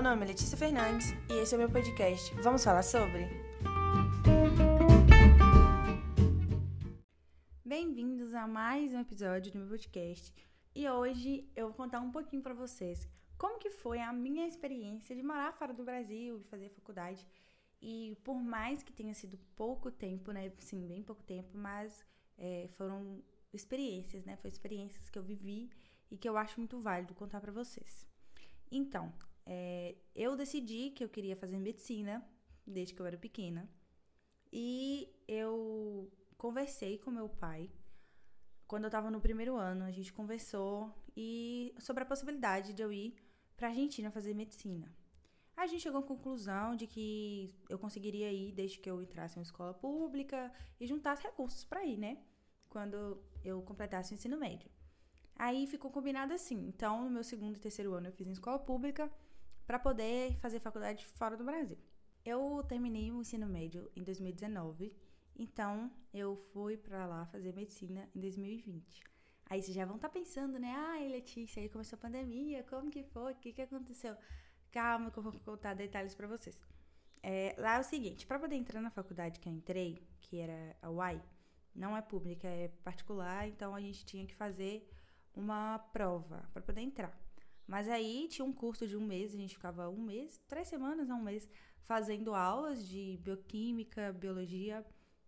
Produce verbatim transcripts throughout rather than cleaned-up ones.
nome é Letícia Fernandes e esse é o meu podcast. Vamos falar sobre? Bem-vindos a mais um episódio do meu podcast e hoje eu vou contar um pouquinho pra vocês como que foi a minha experiência de morar fora do Brasil e fazer faculdade. E por mais que tenha sido pouco tempo, né, sim, bem pouco tempo, mas é, foram experiências, né, foram experiências que eu vivi e que eu acho muito válido contar pra vocês. Então, é, eu decidi que eu queria fazer medicina desde que eu era pequena e eu conversei com meu pai quando eu estava no primeiro ano. A gente conversou e sobre a possibilidade de eu ir para a Argentina fazer medicina. A gente chegou à conclusão de que eu conseguiria ir desde que eu entrasse em uma escola pública e juntasse recursos para ir, né? Quando eu completasse o ensino médio. Aí ficou combinado assim. Então, no meu segundo e terceiro ano eu fiz em escola pública para poder fazer faculdade fora do Brasil. Eu terminei o ensino médio em dois mil e dezenove, então eu fui para lá fazer medicina em dois mil e vinte. Aí vocês já vão estar pensando, né? Ai, Letícia, aí começou a pandemia, como que foi? O que, que aconteceu? Calma que eu vou contar detalhes para vocês. É, lá é o seguinte, para poder entrar na faculdade que eu entrei, que era a U A I, não é pública, é particular, então a gente tinha que fazer uma prova para poder entrar. Mas aí tinha um curso de um mês, a gente ficava um mês, três semanas a um mês, fazendo aulas de bioquímica, biologia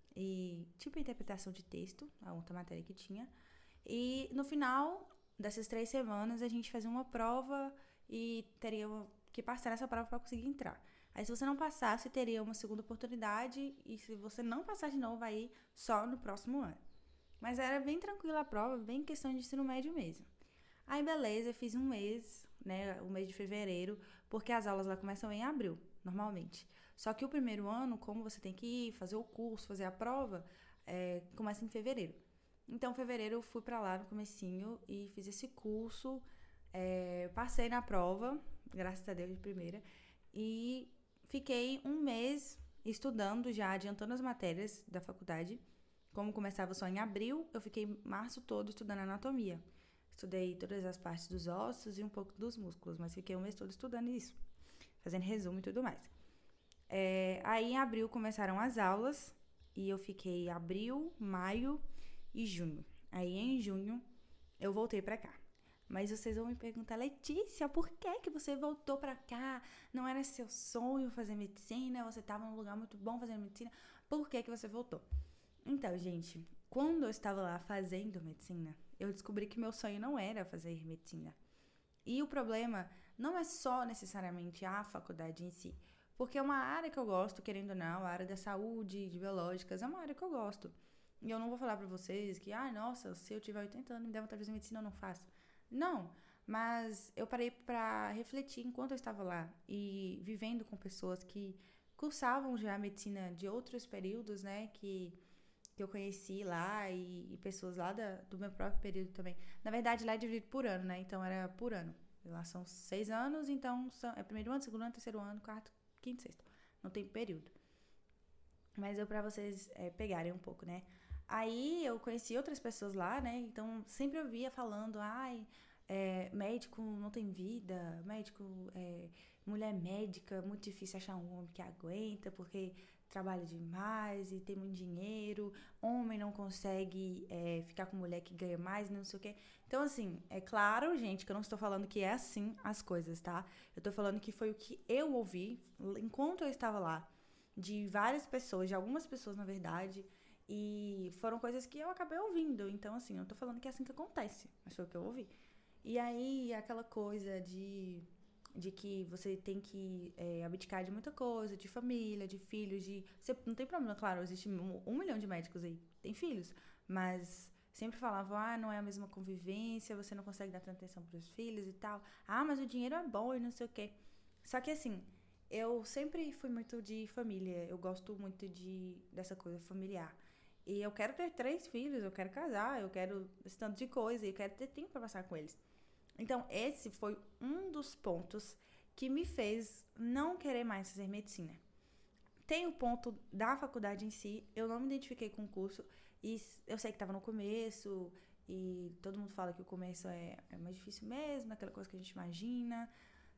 e tipo interpretação de texto, a outra matéria que tinha. E no final dessas três semanas a gente fazia uma prova e teria que passar nessa prova para conseguir entrar. Aí se você não passasse, teria uma segunda oportunidade e se você não passar de novo, vai ir só no próximo ano. Mas era bem tranquila a prova, bem questão de ensino médio mesmo. Aí beleza, eu fiz um mês, né, o mês de fevereiro, porque as aulas lá começam em abril, normalmente. Só que o primeiro ano, como você tem que ir, fazer o curso, fazer a prova, é, começa em fevereiro. Então, em fevereiro eu fui pra lá no comecinho e fiz esse curso, é, passei na prova, graças a Deus de primeira, e fiquei um mês estudando já, adiantando as matérias da faculdade. Como começava só em abril, eu fiquei março todo estudando anatomia. Estudei todas as partes dos ossos e um pouco dos músculos, mas fiquei o mês todo estudando isso, fazendo resumo e tudo mais. É, aí em abril começaram as aulas e eu fiquei abril, maio e junho. Aí em junho eu voltei pra cá. Mas vocês vão me perguntar, Letícia, por que que você voltou pra cá? Não era seu sonho fazer medicina? Você estava num lugar muito bom fazendo medicina? Por que que você voltou? Então, gente, quando eu estava lá fazendo medicina, eu descobri que meu sonho não era fazer medicina. E o problema não é só necessariamente a faculdade em si, porque é uma área que eu gosto, querendo ou não, a área da saúde, de biológicas, é uma área que eu gosto. E eu não vou falar pra vocês que, ah, nossa, se eu tiver oitenta anos e me der vontade de fazer medicina, eu não faço. Não, mas eu parei pra refletir enquanto eu estava lá e vivendo com pessoas que cursavam já medicina de outros períodos, né, que... que eu conheci lá e, e pessoas lá da, do meu próprio período também. Na verdade, lá é dividido por ano, né? Então, era por ano. Lá são seis anos, então são, é primeiro ano, segundo ano, terceiro ano, quarto, quinto, sexto. Não tem período. Mas eu pra vocês é, pegarem um pouco, né? Aí, eu conheci outras pessoas lá, né? Então, sempre eu via falando, ai, é, médico não tem vida, médico, é, mulher médica, muito difícil achar um homem que aguenta, porque... trabalha demais e tem muito dinheiro, homem não consegue é, ficar com mulher que ganha mais, não sei o quê. Então, assim, é claro, gente, que eu não estou falando que é assim as coisas, tá? Eu tô falando que foi o que eu ouvi enquanto eu estava lá, de várias pessoas, de algumas pessoas, na verdade, e foram coisas que eu acabei ouvindo. Então, assim, eu tô falando que é assim que acontece, mas foi o que eu ouvi. E aí, aquela coisa de... de que você tem que é, abdicar de muita coisa, de família, de filhos, de... Você, não tem problema, claro, existe um, um milhão de médicos aí, tem filhos, mas sempre falavam, ah, não é a mesma convivência, você não consegue dar tanta atenção pros filhos e tal, ah, mas o dinheiro é bom e não sei o quê. Só que assim, eu sempre fui muito de família, eu gosto muito de, dessa coisa familiar. E eu quero ter três filhos, eu quero casar, eu quero esse tanto de coisa, e eu quero ter tempo pra passar com eles. Então, esse foi um dos pontos que me fez não querer mais fazer medicina. Tem o ponto da faculdade em si, eu não me identifiquei com o curso, e eu sei que estava no começo, e todo mundo fala que o começo é, é mais difícil mesmo, aquela coisa que a gente imagina.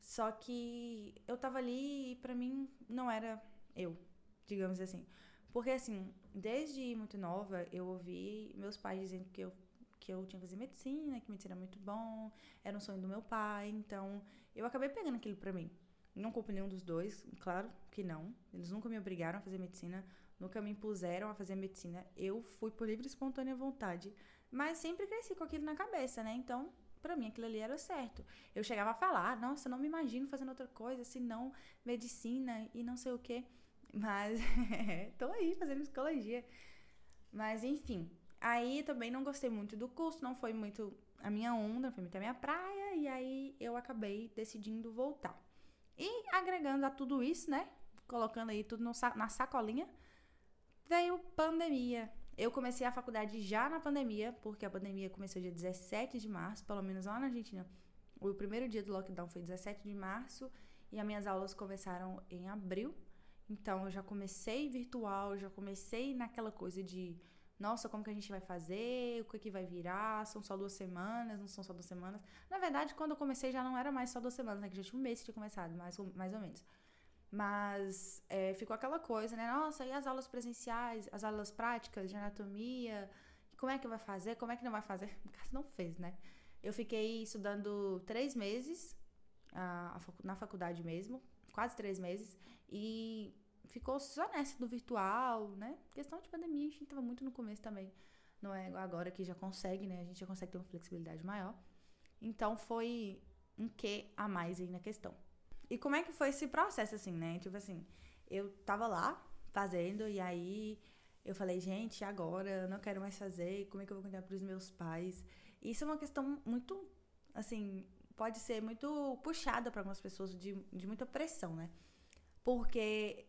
Só que eu tava ali e pra mim não era eu, digamos assim. Porque, assim, desde muito nova, eu ouvi meus pais dizendo que eu, que eu tinha que fazer medicina, que medicina era muito bom, era um sonho do meu pai. Então, eu acabei pegando aquilo pra mim. Não culpo nenhum dos dois, claro que não. Eles nunca me obrigaram a fazer medicina, nunca me impuseram a fazer medicina. Eu fui por livre e espontânea vontade. Mas sempre cresci com aquilo na cabeça, né? Então, pra mim, aquilo ali era certo. Eu chegava a falar, nossa, não me imagino fazendo outra coisa, senão medicina e não sei o quê. Mas, tô aí fazendo psicologia. Mas, enfim. Aí, também não gostei muito do curso, não foi muito a minha onda, não foi muito a minha praia. E aí, eu acabei decidindo voltar. E, agregando a tudo isso, né? Colocando aí tudo no, na sacolinha, veio pandemia. Eu comecei a faculdade já na pandemia, porque a pandemia começou dia dezessete de março, pelo menos lá na Argentina. O primeiro dia do lockdown foi dezessete de março e as minhas aulas começaram em abril. Então, eu já comecei virtual, já comecei naquela coisa de, nossa, como que a gente vai fazer, o que que vai virar, são só duas semanas, não são só duas semanas. Na verdade, quando eu comecei já não era mais só duas semanas, né, que já tinha um mês que tinha começado, mais, mais ou menos. Mas é, ficou aquela coisa, né? Nossa, e as aulas presenciais, as aulas práticas de anatomia? Como é que vai fazer? Como é que não vai fazer? No caso, não fez, né? Eu fiquei estudando três meses a, a, na faculdade mesmo, quase três meses, e ficou só nessa do virtual, né? Questão de pandemia, a gente tava muito no começo também. Não é agora que já consegue, né? A gente já consegue ter uma flexibilidade maior. Então, foi um quê a mais aí na questão. E como é que foi esse processo, assim, né? Tipo assim, eu tava lá fazendo e aí eu falei, gente, agora eu não quero mais fazer, como é que eu vou contar pros meus pais? Isso é uma questão muito, assim, pode ser muito puxada para algumas pessoas, de, de muita pressão, né? Porque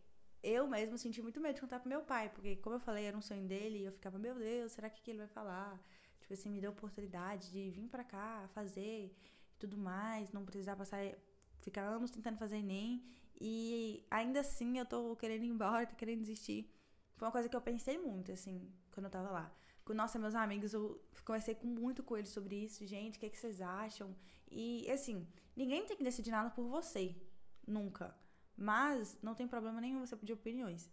eu mesma senti muito medo de contar pro meu pai, porque, como eu falei, era um sonho dele e eu ficava, meu Deus, será que, que ele vai falar? Tipo assim, me deu a oportunidade de vir pra cá, fazer e tudo mais, não precisar passar... Ficar anos tentando fazer Enem e ainda assim eu tô querendo ir embora, tô querendo desistir. Foi uma coisa que eu pensei muito, assim, quando eu tava lá. Com, nossa, meus amigos, eu conversei muito com eles sobre isso. Gente, o que, é que vocês acham? E, assim, ninguém tem que decidir nada por você. Nunca. Mas não tem problema nenhum você pedir opiniões.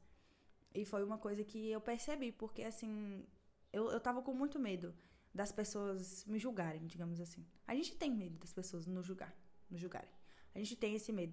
E foi uma coisa que eu percebi, porque, assim, eu, eu tava com muito medo das pessoas me julgarem, digamos assim. A gente tem medo das pessoas nos julgar, nos julgarem. A gente tem esse medo.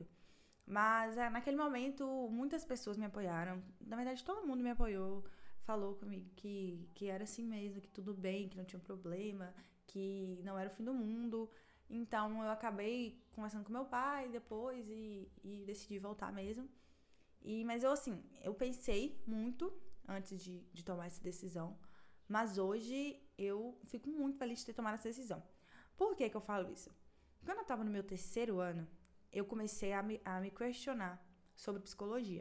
Mas é, naquele momento, muitas pessoas me apoiaram. Na verdade, todo mundo me apoiou. Falou comigo que, que era assim mesmo, que tudo bem, que não tinha problema, que não era o fim do mundo. Então, eu acabei conversando com meu pai depois e, e decidi voltar mesmo. E, mas eu, assim, eu pensei muito antes de, de tomar essa decisão. Mas hoje, eu fico muito feliz de ter tomado essa decisão. Por que que eu falo isso? Quando eu tava no meu terceiro ano, eu comecei a me, a me questionar sobre psicologia.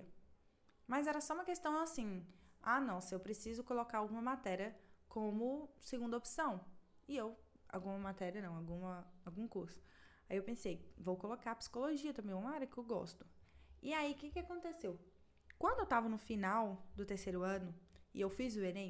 Mas era só uma questão assim, ah, nossa, eu preciso colocar alguma matéria como segunda opção. E eu, alguma matéria não, alguma, algum curso. Aí eu pensei, vou colocar psicologia também, uma área que eu gosto. E aí, o que que aconteceu? Quando eu tava no final do terceiro ano, e eu fiz o Enem,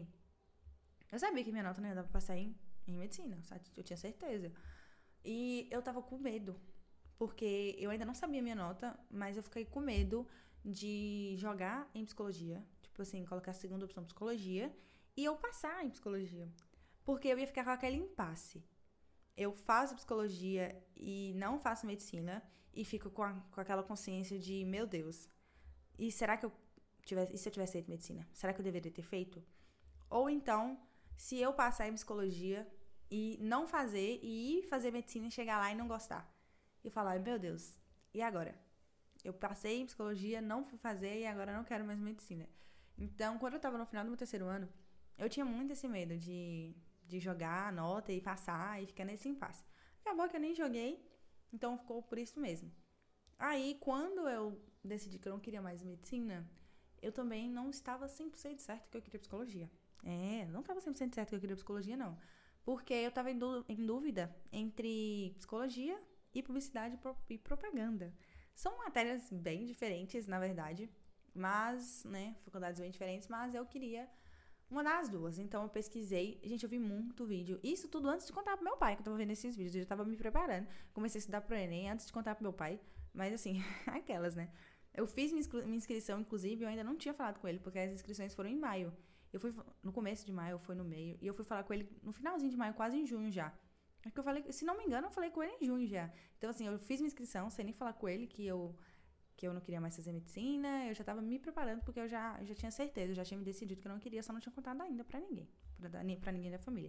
eu sabia que minha nota não ia dar pra passar em, em medicina, eu tinha certeza. E eu tava com medo, porque eu ainda não sabia minha nota, mas eu fiquei com medo de jogar em psicologia, tipo assim, colocar a segunda opção psicologia, e eu passar em psicologia, porque eu ia ficar com aquele impasse. Eu faço psicologia e não faço medicina, e fico com, a, com aquela consciência de, meu Deus, e será que eu tivesse, e se eu tivesse feito medicina? Será que eu deveria ter feito? Ou então, se eu passar em psicologia e não fazer, e ir fazer medicina e chegar lá e não gostar. E falar, meu Deus, e agora? Eu passei em psicologia, não fui fazer e agora não quero mais medicina. Então, quando eu tava no final do meu terceiro ano, eu tinha muito esse medo de, de jogar a nota e passar e ficar nesse impasse. Acabou que eu nem joguei, então ficou por isso mesmo. Aí, quando eu decidi que eu não queria mais medicina, eu também não estava cem por cento certo que eu queria psicologia. É, não estava cem por cento certo que eu queria psicologia, não. Porque eu estava em dúvida entre psicologia e publicidade e propaganda. São matérias bem diferentes, na verdade, mas, né, faculdades bem diferentes, mas eu queria uma das duas. Então, eu pesquisei, gente, eu vi muito vídeo. Isso tudo antes de contar pro meu pai, que eu tava vendo esses vídeos, eu já tava me preparando. Comecei a estudar pro Enem antes de contar pro meu pai, Mas assim, aquelas, né? Eu fiz minha inscri- minha inscrição, inclusive, eu ainda não tinha falado com ele, porque as inscrições foram em maio. Eu fui no começo de maio, foi no meio, e eu fui falar com ele no finalzinho de maio, quase em junho já. É que eu falei, se não me engano, eu falei com ele em junho já. Então, assim, eu fiz minha inscrição sem nem falar com ele que eu, que eu não queria mais fazer medicina. Eu já tava me preparando porque eu já, eu já tinha certeza, eu já tinha me decidido que eu não queria, só não tinha contado ainda pra ninguém, pra, dar- nem pra ninguém da família.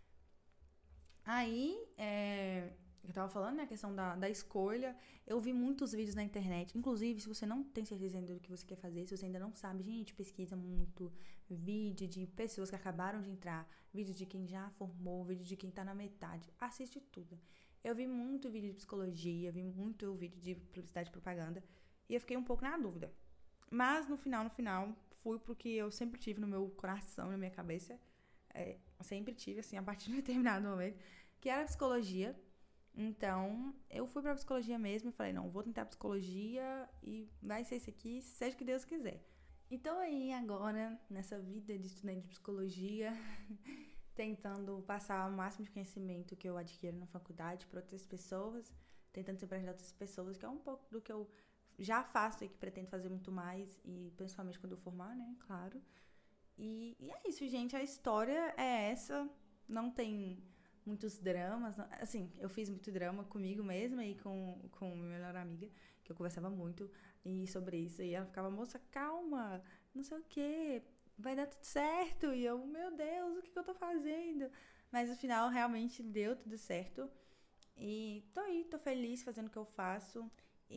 Aí, é, eu tava falando, né, a questão da, da escolha. Eu vi muitos vídeos na internet. Inclusive, se você não tem certeza ainda do que você quer fazer, se você ainda não sabe, gente, pesquisa muito. Vídeo de pessoas que acabaram de entrar, vídeo de quem já formou, vídeo de quem tá na metade. Assiste tudo. Eu vi muito vídeo de psicologia, vi muito vídeo de publicidade e propaganda. E eu fiquei um pouco na dúvida. Mas no final, no final, fui pro que eu sempre tive no meu coração, na minha cabeça. É, sempre tive, assim, a partir de um determinado momento, que era psicologia. Então, eu fui pra psicologia mesmo e falei, não, vou tentar psicologia e vai ser isso aqui, seja o que Deus quiser. Então, aí, agora, nessa vida de estudante de psicologia, tentando passar o máximo de conhecimento que eu adquiro na faculdade para outras pessoas, tentando sempre ajudar outras pessoas, que é um pouco do que eu já faço e que pretendo fazer muito mais, e principalmente quando eu formar, né, claro. E, e é isso, gente. A história é essa. Não tem muitos dramas. Não- assim, eu fiz muito drama comigo mesma e com, com minha melhor amiga, que eu conversava muito e sobre isso. E ela ficava, moça, calma, não sei o quê, vai dar tudo certo. E eu, meu Deus, o que, que eu tô fazendo? Mas no final, realmente deu tudo certo. E tô aí, tô feliz fazendo o que eu faço.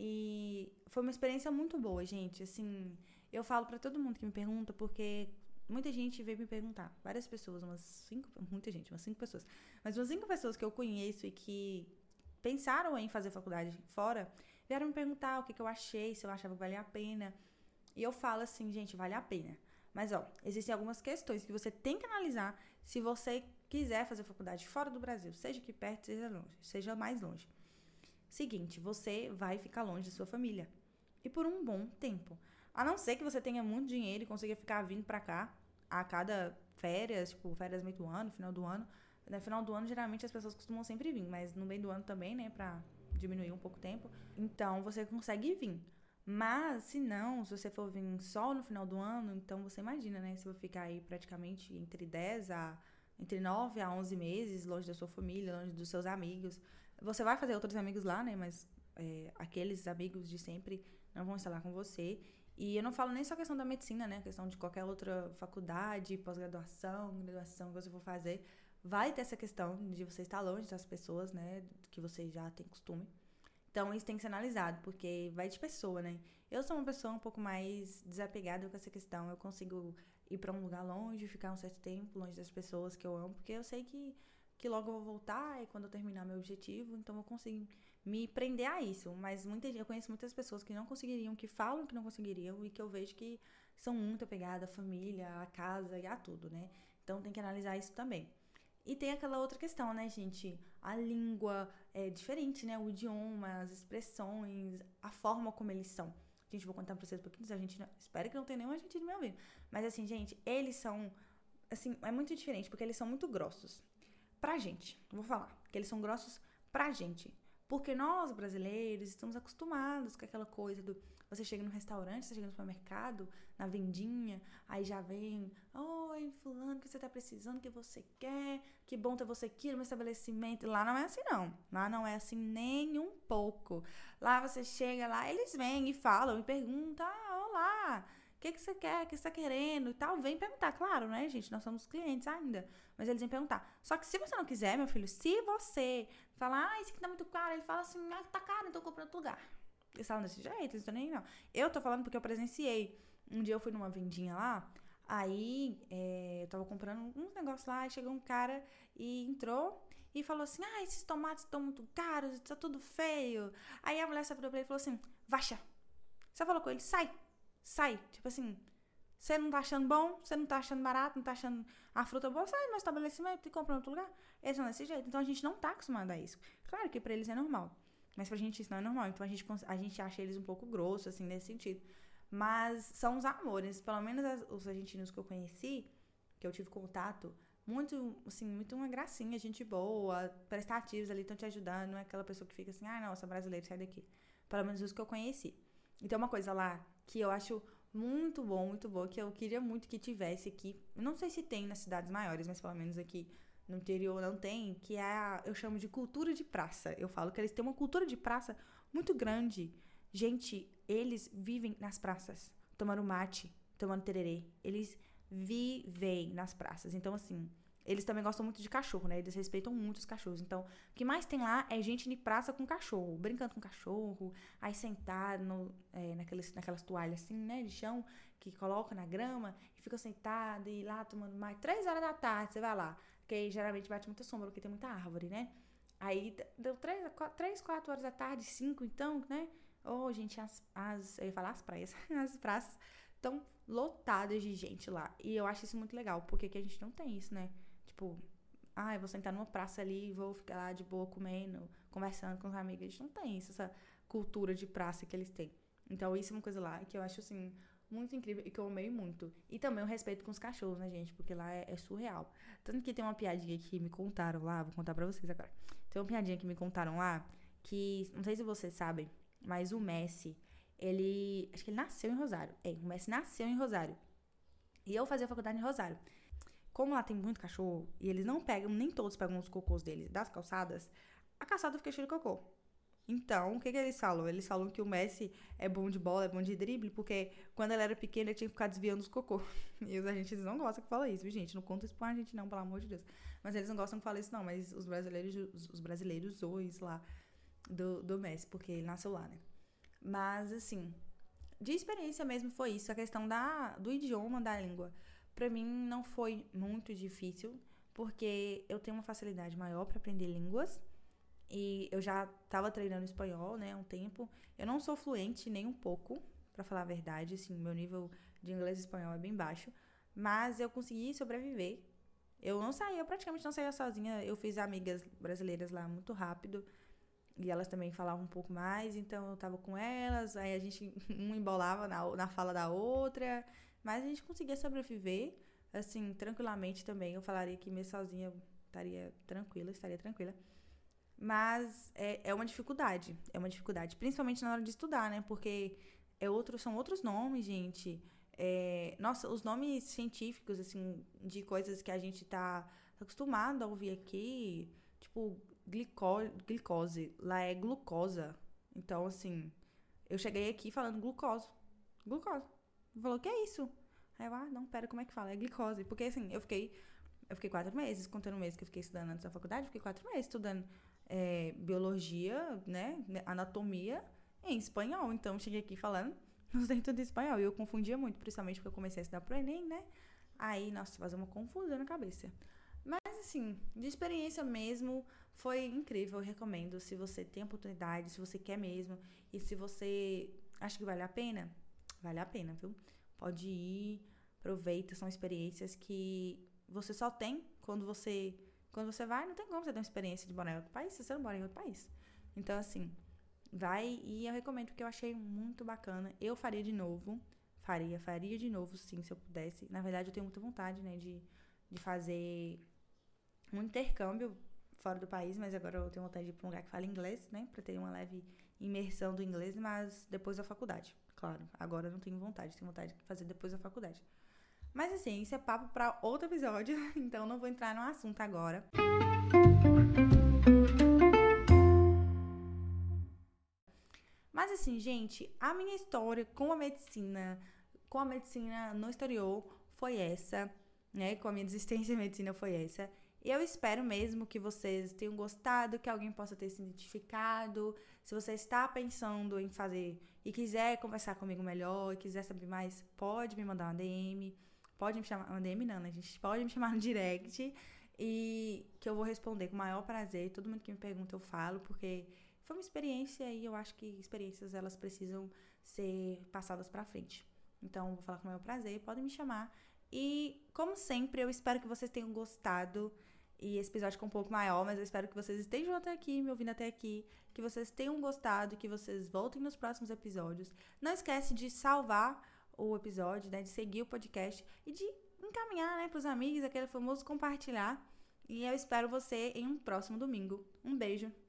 E foi uma experiência muito boa, gente. Assim, eu falo pra todo mundo que me pergunta, porque muita gente veio me perguntar. Várias pessoas, umas cinco, muita gente, umas cinco pessoas. Mas umas cinco pessoas que eu conheço e que pensaram em fazer faculdade fora, vieram me perguntar o que, que eu achei, se eu achava que valia a pena. E eu falo assim, gente, vale a pena. Mas, ó, existem algumas questões que você tem que analisar se você quiser fazer faculdade fora do Brasil, seja aqui perto, seja longe, seja mais longe. Seguinte, você vai ficar longe da sua família. E por um bom tempo. A não ser que você tenha muito dinheiro e consiga ficar vindo pra cá a cada férias, tipo, férias meio do ano, final do ano. No final do ano, geralmente, as pessoas costumam sempre vir, mas no meio do ano também, né, pra diminuir um pouco o tempo. Então, você consegue vir. Mas, se não, se você for vir só no final do ano, então você imagina, né, se eu ficar aí praticamente entre dez a... entre nove a onze meses, longe da sua família, longe dos seus amigos. Você vai fazer outros amigos lá, né, mas é, aqueles amigos de sempre não vão estar lá com você. E eu não falo nem só a questão da medicina, né? A questão de qualquer outra faculdade, pós-graduação, graduação que você for fazer. Vai ter essa questão de você estar longe das pessoas, né? Que você já tem costume. Então, isso tem que ser analisado, porque vai de pessoa, né? Eu sou uma pessoa um pouco mais desapegada com essa questão. Eu consigo ir para um lugar longe, ficar um certo tempo longe das pessoas que eu amo, porque eu sei que, que logo eu vou voltar e quando eu terminar meu objetivo, então eu consigo me prender a isso. Mas muita, eu conheço muitas pessoas que não conseguiriam, que falam que não conseguiriam e que eu vejo que são muito apegadas à família, à casa e a tudo, né? Então tem que analisar isso também. E tem aquela outra questão, né, gente? A língua é diferente, né? O idioma, as expressões, a forma como eles são. Gente, vou contar pra vocês um pouquinho. A gente não, espero que não tenha nenhum argentino me ouvindo. Mas assim, gente, eles são... Assim, é muito diferente, porque eles são muito grossos. Pra gente, vou falar. Que eles são grossos pra gente. Porque nós, brasileiros, estamos acostumados com aquela coisa do... Você chega no restaurante, você chega no supermercado, na vendinha, aí já vem... Oi, fulano, o que você tá precisando, o que você quer? Que bom ter você aqui no meu estabelecimento. Lá não é assim, não. Lá não é assim nem um pouco. Lá você chega lá, eles vêm e falam e perguntam... Ah, olá, o que, que você quer, o que você tá querendo e tal. Vem perguntar, claro, né, gente? Nós somos clientes ainda. Mas eles vêm perguntar. Só que se você não quiser, meu filho, se você falar, ah, esse aqui tá muito caro, ele fala assim, ah, tá caro, então eu compro em outro lugar. Eles falam desse jeito, eles estão nem não. Eu tô falando porque eu presenciei. Um dia eu fui numa vendinha lá, aí é, eu tava comprando uns negócios lá, e chegou um cara e entrou e falou assim, ah, esses tomates estão muito caros, tá tudo feio. Aí a mulher só virou pra ele e falou assim, Vaxa. Só falou com ele, sai, sai. Tipo assim, você não tá achando bom, você não tá achando barato, não tá achando a fruta boa, sai do meu estabelecimento e compra em outro lugar. Eles são desse jeito. Então a gente não tá acostumado a isso. Claro que pra eles é normal. Mas pra gente isso não é normal. Então a gente, a gente acha eles um pouco grossos, assim, nesse sentido. Mas são os amores. Pelo menos as, os argentinos que eu conheci, que eu tive contato, muito, assim, muito uma gracinha, gente boa, prestativos ali, estão te ajudando. Não é aquela pessoa que fica assim, ah, não, eu sou brasileiro, sai daqui. Pelo menos os que eu conheci. E tem uma coisa lá que eu acho muito bom, muito bom, que eu queria muito que tivesse aqui. Não sei se tem nas cidades maiores, mas pelo menos aqui no interior não tem, que é a, eu chamo de cultura de praça. Eu falo que eles têm uma cultura de praça muito grande. Gente, eles vivem nas praças, tomando mate, tomando tererê. Eles vivem nas praças. Então, assim, eles também gostam muito de cachorro, né? Eles respeitam muito os cachorros. Então, o que mais tem lá é gente de praça com cachorro, brincando com cachorro, aí sentado no, é, naqueles, naquelas toalhas assim, né, de chão, que coloca na grama, e fica sentado e lá tomando mais. Três horas da tarde, você vai lá. Porque aí, geralmente bate muita sombra, porque tem muita árvore, né? Aí deu três, quatro, três, quatro horas da tarde, cinco, então, né? Ô, oh, gente, as, as. Eu ia falar as praias, as praças estão lotadas de gente lá. E eu acho isso muito legal, porque aqui a gente não tem isso, né? Tipo, ah, eu vou sentar numa praça ali e vou ficar lá de boa comendo, conversando com os amigos. A gente não tem isso, essa cultura de praça que eles têm. Então, isso é uma coisa lá que eu acho, assim, muito incrível e que eu amei muito. E também o respeito com os cachorros, né, gente? Porque lá é, é surreal. Tanto que tem uma piadinha que me contaram lá, vou contar pra vocês agora. Tem uma piadinha que me contaram lá, que, não sei se vocês sabem, mas o Messi, ele... Acho que ele nasceu em Rosário. É, o Messi nasceu em Rosário. E eu fazia faculdade em Rosário. Como lá tem muito cachorro, e eles não pegam, nem todos pegam os cocôs deles das calçadas, a calçada fica cheia de cocô. Então, o que que eles falam? Eles falam que o Messi é bom de bola, é bom de drible, porque quando ele era pequeno, ele tinha que ficar desviando os cocô. E os argentinos não gostam que fala isso, viu, gente? Não conta isso pra gente não, pelo amor de Deus. Mas eles não gostam que fale isso, não. Mas os brasileiros, os brasileiros zoam isso lá do, do Messi, porque ele nasceu lá, né? Mas, assim, de experiência mesmo foi isso, a questão da, do idioma, da língua. Pra mim não foi muito difícil, porque eu tenho uma facilidade maior pra aprender línguas. E eu já tava treinando espanhol, né, há um tempo. Eu não sou fluente nem um pouco, pra falar a verdade, assim, meu nível de inglês e espanhol é bem baixo. Mas eu consegui sobreviver. Eu não saía, eu praticamente não saía sozinha. Eu fiz amigas brasileiras lá muito rápido. E elas também falavam um pouco mais, então eu tava com elas. Aí a gente, um embolava na, na fala da outra. Mas a gente conseguia sobreviver, assim, tranquilamente também. Eu falaria que mesmo sozinha eu estaria tranquila, estaria tranquila. Mas é, é uma dificuldade, é uma dificuldade, principalmente na hora de estudar, né? Porque é outro, são outros nomes, gente. É, nossa, os nomes científicos, assim, de coisas que a gente tá acostumado a ouvir aqui, tipo, glicó, glicose, lá é glucosa. Então, assim, eu cheguei aqui falando glucose, glucose. Falou, que é isso? Aí eu, ah, não, pera, como é que fala? É glicose. Porque, assim, eu fiquei, eu fiquei quatro meses, contando o mês que eu fiquei estudando antes da faculdade, eu fiquei quatro meses estudando é, biologia, né, anatomia em espanhol. Então, eu cheguei aqui falando, não sei tudo em espanhol. E eu confundia muito, principalmente porque eu comecei a estudar pro Enem, né? Aí, nossa, fazia uma confusão na cabeça. Mas, assim, de experiência mesmo, foi incrível. Eu recomendo, se você tem oportunidade, se você quer mesmo, e se você acha que vale a pena, vale a pena, viu? Pode ir, aproveita, são experiências que você só tem quando você, quando você vai, não tem como você ter uma experiência de morar em outro país se você não mora em outro país. Então, assim, vai e eu recomendo porque eu achei muito bacana. Eu faria de novo, faria, faria de novo, sim, se eu pudesse. Na verdade, eu tenho muita vontade, né, de, de fazer um intercâmbio fora do país, mas agora eu tenho vontade de ir para um lugar que fala inglês, né, para ter uma leve imersão do inglês, mas depois da faculdade. Claro, agora eu não tenho vontade, tenho vontade de fazer depois da faculdade. Mas assim, isso é papo para outro episódio, então não vou entrar no assunto agora. Mas assim, gente, a minha história com a medicina, com a medicina no exterior foi essa, né? Com a minha desistência em medicina foi essa. E eu espero mesmo que vocês tenham gostado, que alguém possa ter se identificado. Se você está pensando em fazer e quiser conversar comigo melhor, e quiser saber mais, pode me mandar uma D M. Pode me chamar, uma D M não, né, gente? Pode me chamar no direct e que eu vou responder com o maior prazer. Todo mundo que me pergunta eu falo, porque foi uma experiência e eu acho que experiências elas precisam ser passadas pra frente. Então, vou falar com o maior prazer, podem me chamar. E, como sempre, eu espero que vocês tenham gostado. E esse episódio ficou um pouco maior, mas eu espero que vocês estejam até aqui, me ouvindo até aqui, que vocês tenham gostado, que vocês voltem nos próximos episódios. Não esquece de salvar o episódio, né, de seguir o podcast e de encaminhar, né, pros amigos, aquele famoso compartilhar. E eu espero você em um próximo domingo. Um beijo!